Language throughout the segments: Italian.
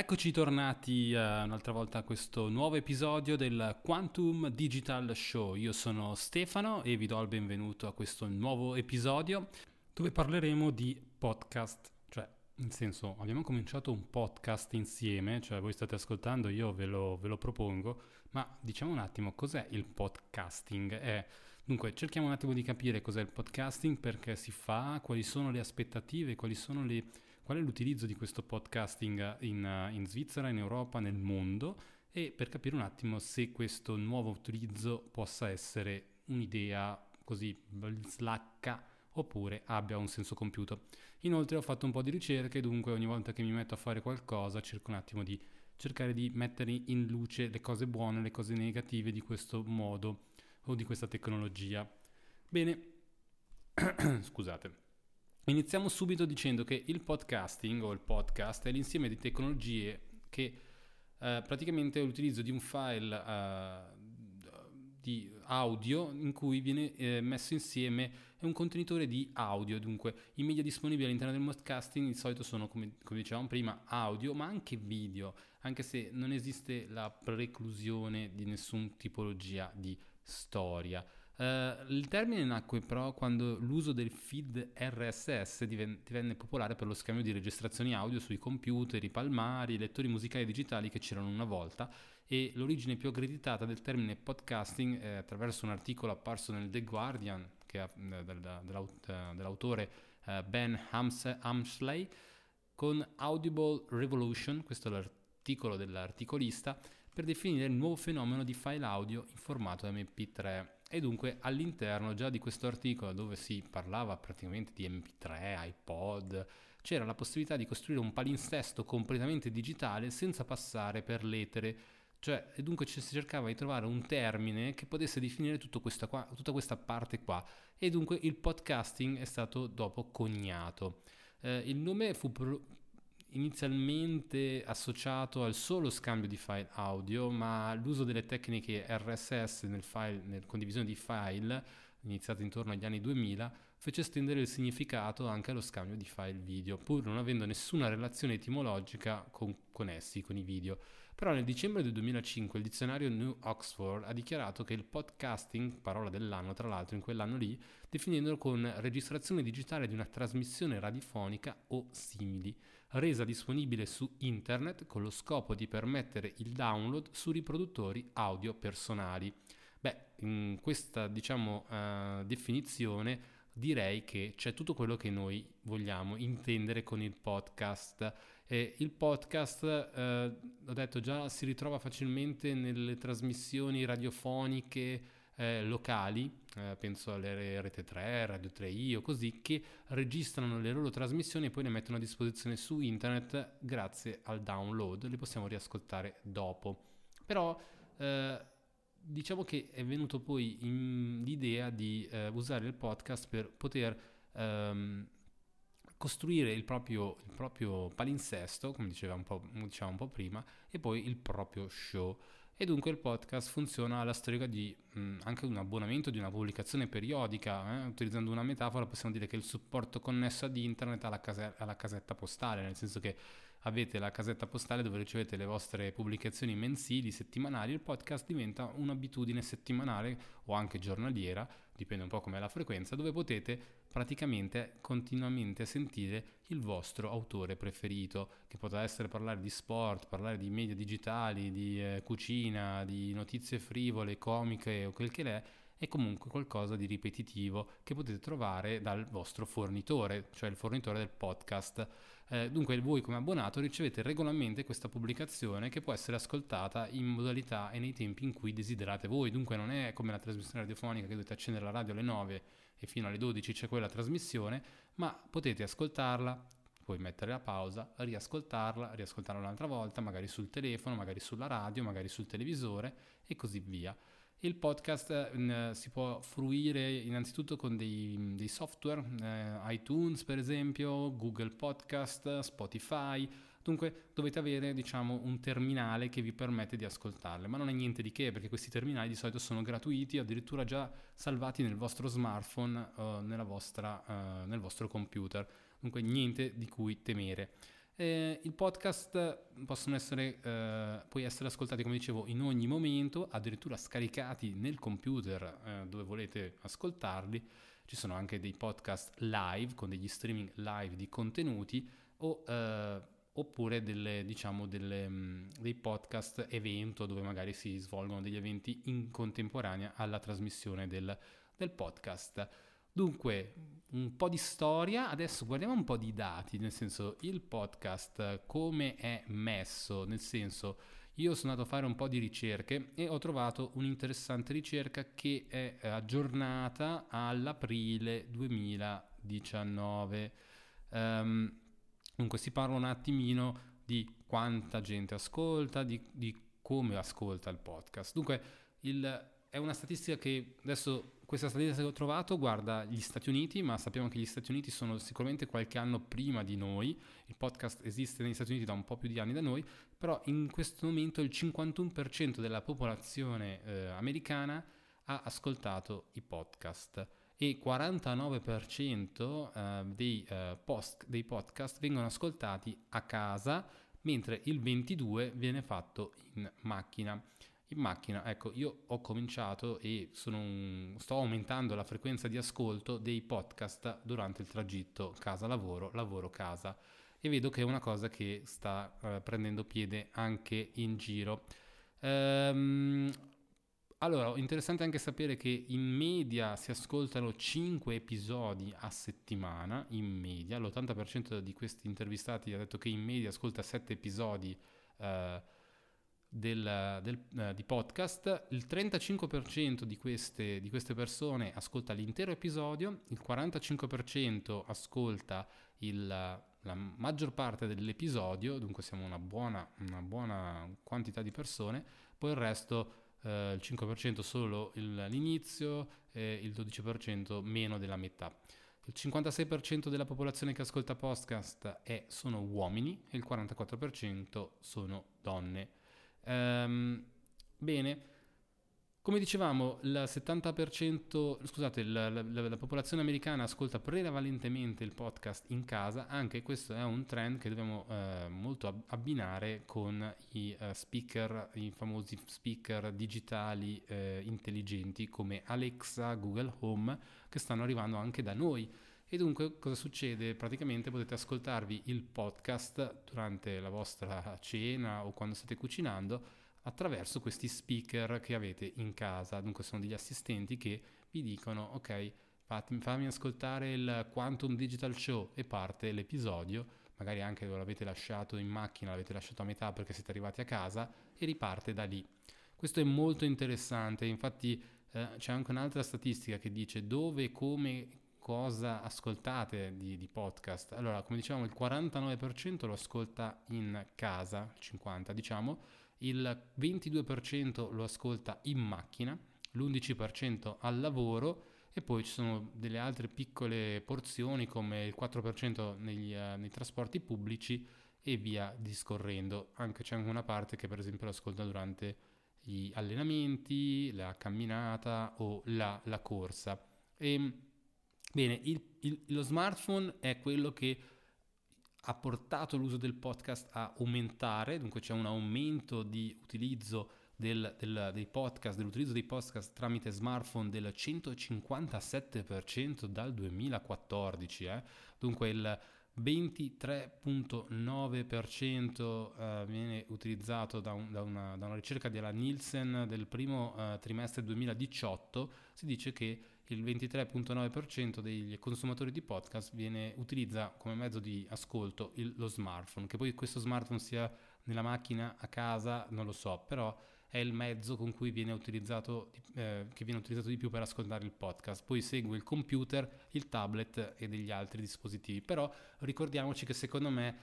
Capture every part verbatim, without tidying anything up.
Eccoci tornati uh, un'altra volta a questo nuovo episodio del Quantum Digital Show. Io sono Stefano e vi do il benvenuto a questo nuovo episodio dove parleremo di podcast. Cioè, in senso, abbiamo cominciato un podcast insieme, cioè voi state ascoltando, io ve lo, ve lo propongo, ma diciamo un attimo cos'è il podcasting? È, dunque, cerchiamo un attimo di capire cos'è il podcasting, perché si fa, quali sono le aspettative, quali sono le... qual è l'utilizzo di questo podcasting in, in Svizzera, in Europa, nel mondo, e per capire un attimo se questo nuovo utilizzo possa essere un'idea così slacca oppure abbia un senso compiuto. Inoltre ho fatto un po' di ricerche, dunque ogni volta che mi metto a fare qualcosa cerco un attimo di cercare di mettere in luce le cose buone, le cose negative di questo modo o di questa tecnologia. Bene, scusate. Iniziamo subito dicendo che il podcasting o il podcast è l'insieme di tecnologie che eh, praticamente è l'utilizzo di un file eh, di audio in cui viene eh, messo insieme un contenitore di audio. Dunque i media disponibili all'interno del podcasting di solito sono, come, come dicevamo prima, audio ma anche video, anche se non esiste la preclusione di nessuna tipologia di storia. Uh, il termine nacque però quando l'uso del feed R S S diven- divenne popolare per lo scambio di registrazioni audio sui computer, i palmari, i lettori musicali digitali che c'erano una volta, e l'origine più accreditata del termine podcasting è attraverso un articolo apparso nel The Guardian che è, eh, del, dell'aut- dell'autore eh, Ben Hams- Hamsley con Audible Revolution, questo è l'articolo dell'articolista, per definire il nuovo fenomeno di file audio in formato M P tre. E dunque all'interno già di questo articolo, dove si parlava praticamente di M P tre, iPod, c'era la possibilità di costruire un palinsesto completamente digitale senza passare per l'etere. Cioè, e dunque ci si cercava di trovare un termine che potesse definire tutto questa qua, tutta questa parte qua. E dunque il podcasting è stato dopo coniato. Eh, il nome fu pro- inizialmente associato al solo scambio di file audio, ma l'uso delle tecniche R S S nel file, nel condivisione di file, iniziato intorno agli anni duemila, fece estendere il significato anche allo scambio di file video, pur non avendo nessuna relazione etimologica con, con essi, con i video. Però nel dicembre del duemilacinque il dizionario New Oxford ha dichiarato che il podcasting, parola dell'anno tra l'altro in quell'anno lì, definendolo con registrazione digitale di una trasmissione radiofonica o simili, resa disponibile su internet con lo scopo di permettere il download su riproduttori audio personali. Beh, in questa diciamo uh, definizione direi che c'è tutto quello che noi vogliamo intendere con il podcast. E il podcast, eh, ho detto già, si ritrova facilmente nelle trasmissioni radiofoniche eh, locali, eh, penso alle Rete tre, Radio tre i o così, che registrano le loro trasmissioni e poi le mettono a disposizione su internet grazie al download, le possiamo riascoltare dopo. Però eh, diciamo che è venuto poi in, l'idea di eh, usare il podcast per poter ehm, costruire il proprio, il proprio palinsesto, come diceva un po', diceva un po' prima, e poi il proprio show. E dunque il podcast funziona alla stregua di mh, anche un abbonamento, di una pubblicazione periodica. Eh? Utilizzando una metafora possiamo dire che il supporto connesso ad internet alla, case- alla casetta postale, nel senso che avete la casetta postale dove ricevete le vostre pubblicazioni mensili, settimanali. Il podcast diventa un'abitudine settimanale o anche giornaliera, dipende un po' com'è la frequenza, dove potete praticamente continuamente sentire il vostro autore preferito, che potrà essere parlare di sport, parlare di media digitali, di eh, cucina, di notizie frivole, comiche o quel che l'è, è comunque qualcosa di ripetitivo che potete trovare dal vostro fornitore, cioè il fornitore del podcast. Eh, dunque voi come abbonato ricevete regolarmente questa pubblicazione che può essere ascoltata in modalità e nei tempi in cui desiderate voi. Dunque non è come la trasmissione radiofonica che dovete accendere la radio alle nove e fino alle dodici c'è quella trasmissione, ma potete ascoltarla, poi mettere la pausa, riascoltarla, riascoltarla un'altra volta, magari sul telefono, magari sulla radio, magari sul televisore e così via. Il podcast eh, si può fruire innanzitutto con dei, dei software, eh, iTunes per esempio, Google Podcast, Spotify. Dunque dovete avere, diciamo, un terminale che vi permette di ascoltarle, ma non è niente di che, perché questi terminali di solito sono gratuiti o addirittura già salvati nel vostro smartphone o nella vostra, uh, nel vostro computer. Dunque niente di cui temere. Eh, il podcast possono essere, eh, puoi essere ascoltati, come dicevo, in ogni momento, addirittura scaricati nel computer eh, dove volete ascoltarli. Ci sono anche dei podcast live con degli streaming live di contenuti o, eh, oppure delle, diciamo, delle, mh, dei podcast evento dove magari si svolgono degli eventi in contemporanea alla trasmissione del, del podcast. Dunque, un po' di storia, adesso guardiamo un po' di dati, nel senso il podcast come è messo, nel senso io sono andato a fare un po' di ricerche e ho trovato un'interessante ricerca che è aggiornata all'aprile duemiladiciannove. Um, dunque si parla un attimino di quanta gente ascolta, di, di come ascolta il podcast. Dunque il, è una statistica che adesso... Questa statistica che ho trovato guarda gli Stati Uniti, ma sappiamo che gli Stati Uniti sono sicuramente qualche anno prima di noi. Il podcast esiste negli Stati Uniti da un po' più di anni da noi, però in questo momento il cinquantuno per cento della popolazione eh, americana ha ascoltato i podcast e quarantanove per cento eh, dei, eh, post, dei podcast vengono ascoltati a casa, mentre il ventidue per cento viene fatto in macchina. In macchina, ecco, io ho cominciato e sono un, sto aumentando la frequenza di ascolto dei podcast durante il tragitto casa-lavoro, lavoro-casa e vedo che è una cosa che sta eh, prendendo piede anche in giro. Ehm, allora, interessante anche sapere che in media si ascoltano cinque episodi a settimana, in media, l'ottanta per cento di questi intervistati ha detto che in media ascolta sette episodi eh, Del, del, uh, di podcast. Il trentacinque per cento di queste, di queste persone ascolta l'intero episodio, il quarantacinque per cento ascolta il, la maggior parte dell'episodio, dunque siamo una buona, una buona quantità di persone, poi il resto, uh, il cinque per cento solo il, l'inizio e il dodici per cento meno della metà. Il cinquantasei per cento della popolazione che ascolta podcast è, sono uomini e il quarantaquattro per cento sono donne. Um, bene, come dicevamo, il settanta per cento, scusate, la, la, la popolazione americana ascolta prevalentemente il podcast in casa. Anche questo è un trend che dobbiamo eh, molto abbinare con i uh, speaker, i famosi speaker digitali eh, intelligenti come Alexa, Google Home, che stanno arrivando anche da noi. E dunque cosa succede? Praticamente potete ascoltarvi il podcast durante la vostra cena o quando state cucinando attraverso questi speaker che avete in casa. Dunque sono degli assistenti che vi dicono ok, fammi ascoltare il Quantum Digital Show e parte l'episodio, magari anche dove l'avete lasciato in macchina, l'avete lasciato a metà perché siete arrivati a casa e riparte da lì. Questo è molto interessante, infatti eh, c'è anche un'altra statistica che dice dove e come cosa ascoltate di, di podcast. Allora, come dicevamo, il quarantanove per cento lo ascolta in casa, il cinquanta per cento diciamo, il ventidue per cento lo ascolta in macchina, l'undici per cento al lavoro e poi ci sono delle altre piccole porzioni come il quattro per cento negli, uh, nei trasporti pubblici e via discorrendo. Anche c'è anche una parte che per esempio lo ascolta durante gli allenamenti, la camminata o la, la corsa. E bene, il, il, lo smartphone è quello che ha portato l'uso del podcast a aumentare, dunque c'è un aumento di utilizzo del, del, dei podcast, dell'utilizzo dei podcast tramite smartphone del centocinquantasette per cento dal duemilaquattordici, eh? Dunque il ventitré virgola nove per cento uh, viene utilizzato da, un, da, una, da una ricerca della Nielsen del primo uh, trimestre duemiladiciotto. Si dice che il ventitré virgola nove per cento dei consumatori di podcast viene, utilizza come mezzo di ascolto il, lo smartphone. Che poi questo smartphone sia nella macchina, a casa, non lo so, però è il mezzo con cui viene utilizzato, eh, che viene utilizzato di più per ascoltare il podcast. Poi segue il computer, il tablet e degli altri dispositivi. Però ricordiamoci che secondo me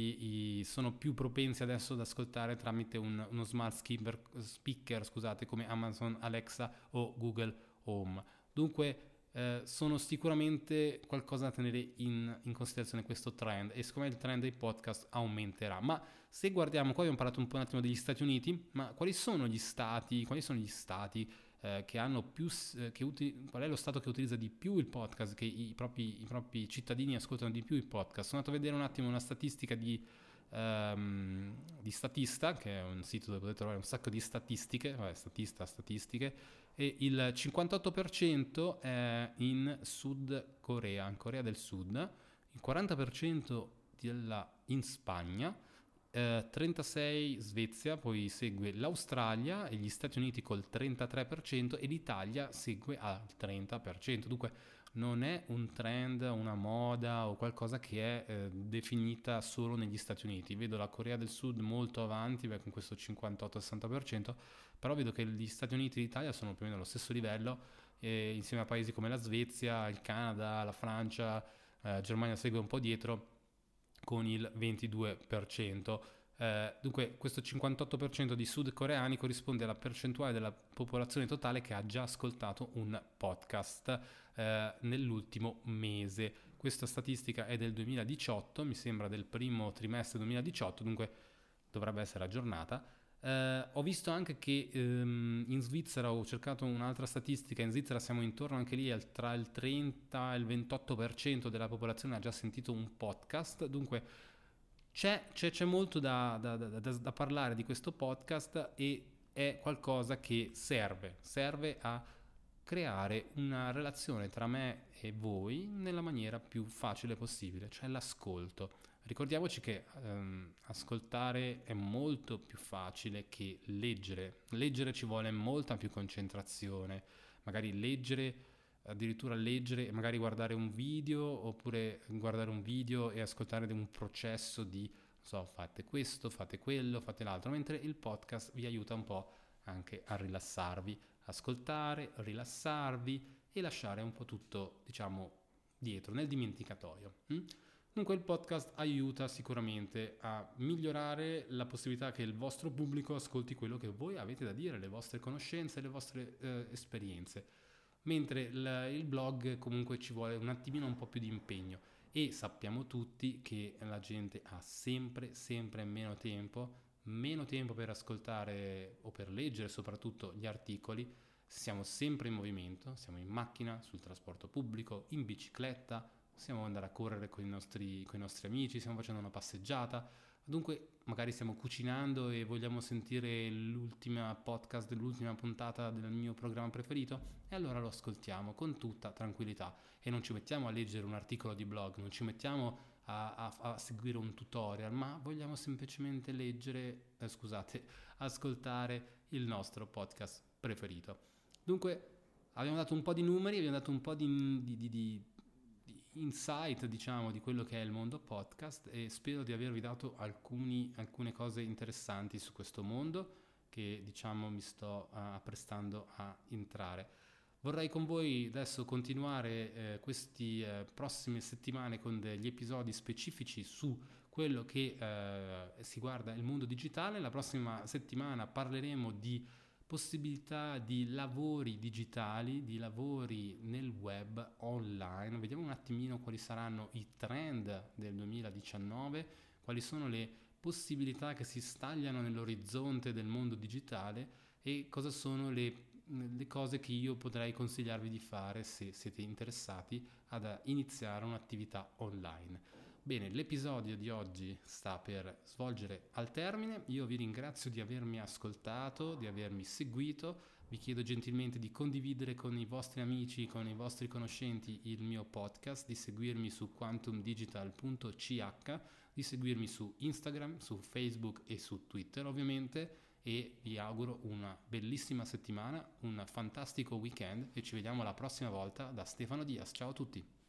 i, i sono più propensi adesso ad ascoltare tramite un, uno smart speaker, speaker scusate, come Amazon Alexa o Google Home. Dunque eh, sono sicuramente qualcosa da tenere in, in considerazione questo trend, e secondo me il trend dei podcast aumenterà. Ma se guardiamo, qua abbiamo parlato un po' un attimo degli Stati Uniti, ma quali sono gli stati, quali sono gli stati eh, che hanno più, che uti- qual è lo stato che utilizza di più il podcast, che i propri, i propri cittadini ascoltano di più il podcast. Sono andato a vedere un attimo una statistica di, ehm, di Statista, che è un sito dove potete trovare un sacco di statistiche, vabbè, statista, statistiche, e il cinquantotto per cento è in Sud Corea, in Corea del Sud, il quaranta per cento della, in Spagna, eh, trentasei Svezia, poi segue l'Australia e gli Stati Uniti col trentatré per cento e l'Italia segue al trenta per cento. Dunque non è un trend, una moda o qualcosa che è eh, definita solo negli Stati Uniti. Vedo la Corea del Sud molto avanti, beh, con questo cinquantotto sessanta per cento, però vedo che gli Stati Uniti e l'Italia sono più o meno allo stesso livello, eh, insieme a paesi come la Svezia, il Canada, la Francia, eh, Germania segue un po' dietro con il ventidue per cento. Eh, dunque questo cinquantotto per cento di sudcoreani corrisponde alla percentuale della popolazione totale che ha già ascoltato un podcast eh, nell'ultimo mese. Questa statistica è del duemiladiciotto, mi sembra del primo trimestre duemiladiciotto, dunque dovrebbe essere aggiornata. Eh, ho visto anche che ehm, in Svizzera, ho cercato un'altra statistica, in Svizzera siamo intorno anche lì al, tra il trenta e il ventotto per cento della popolazione ha già sentito un podcast, dunque c'è, c'è, c'è molto da, da, da, da, da parlare di questo podcast e è qualcosa che serve, serve a creare una relazione tra me e voi nella maniera più facile possibile, cioè l'ascolto. Ricordiamoci che ehm, ascoltare è molto più facile che leggere. Leggere ci vuole molta più concentrazione. Magari leggere, addirittura leggere e magari guardare un video, oppure guardare un video e ascoltare un processo di, non so, fate questo, fate quello, fate l'altro, mentre il podcast vi aiuta un po' anche a rilassarvi, ascoltare, rilassarvi e lasciare un po' tutto, diciamo, dietro, nel dimenticatoio. Hm? Dunque il podcast aiuta sicuramente a migliorare la possibilità che il vostro pubblico ascolti quello che voi avete da dire, le vostre conoscenze, le vostre eh, esperienze, mentre il, il blog comunque ci vuole un attimino un po' più di impegno e sappiamo tutti che la gente ha sempre, sempre meno tempo, meno tempo per ascoltare o per leggere soprattutto gli articoli. Siamo sempre in movimento, siamo in macchina, sul trasporto pubblico, in bicicletta, possiamo andare a correre con i nostri, con i nostri amici, stiamo facendo una passeggiata, dunque magari stiamo cucinando e vogliamo sentire l'ultima podcast dell'ultima puntata del mio programma preferito e allora lo ascoltiamo con tutta tranquillità e non ci mettiamo a leggere un articolo di blog, non ci mettiamo a, a, a seguire un tutorial, ma vogliamo semplicemente leggere, eh, scusate, ascoltare il nostro podcast preferito. Dunque abbiamo dato un po' di numeri, abbiamo dato un po' di, di, di, di insight, diciamo, di quello che è il mondo podcast e spero di avervi dato alcuni, alcune cose interessanti su questo mondo che, diciamo, mi sto uh, apprestando a entrare. Vorrei con voi adesso continuare eh, queste eh, prossime settimane con degli episodi specifici su quello che eh, si guarda il mondo digitale. La prossima settimana parleremo di possibilità di lavori digitali, di lavori nel web online. Vediamo un attimino quali saranno i trend del duemiladiciannove, quali sono le possibilità che si stagliano nell'orizzonte del mondo digitale e cosa sono le, le cose che io potrei consigliarvi di fare se siete interessati ad iniziare un'attività online. Bene, l'episodio di oggi sta per svolgere al termine, io vi ringrazio di avermi ascoltato, di avermi seguito, vi chiedo gentilmente di condividere con i vostri amici, con i vostri conoscenti il mio podcast, di seguirmi su quantum digital punto c h, di seguirmi su Instagram, su Facebook e su Twitter ovviamente e vi auguro una bellissima settimana, un fantastico weekend e ci vediamo la prossima volta da Stefano Diaz. Ciao a tutti!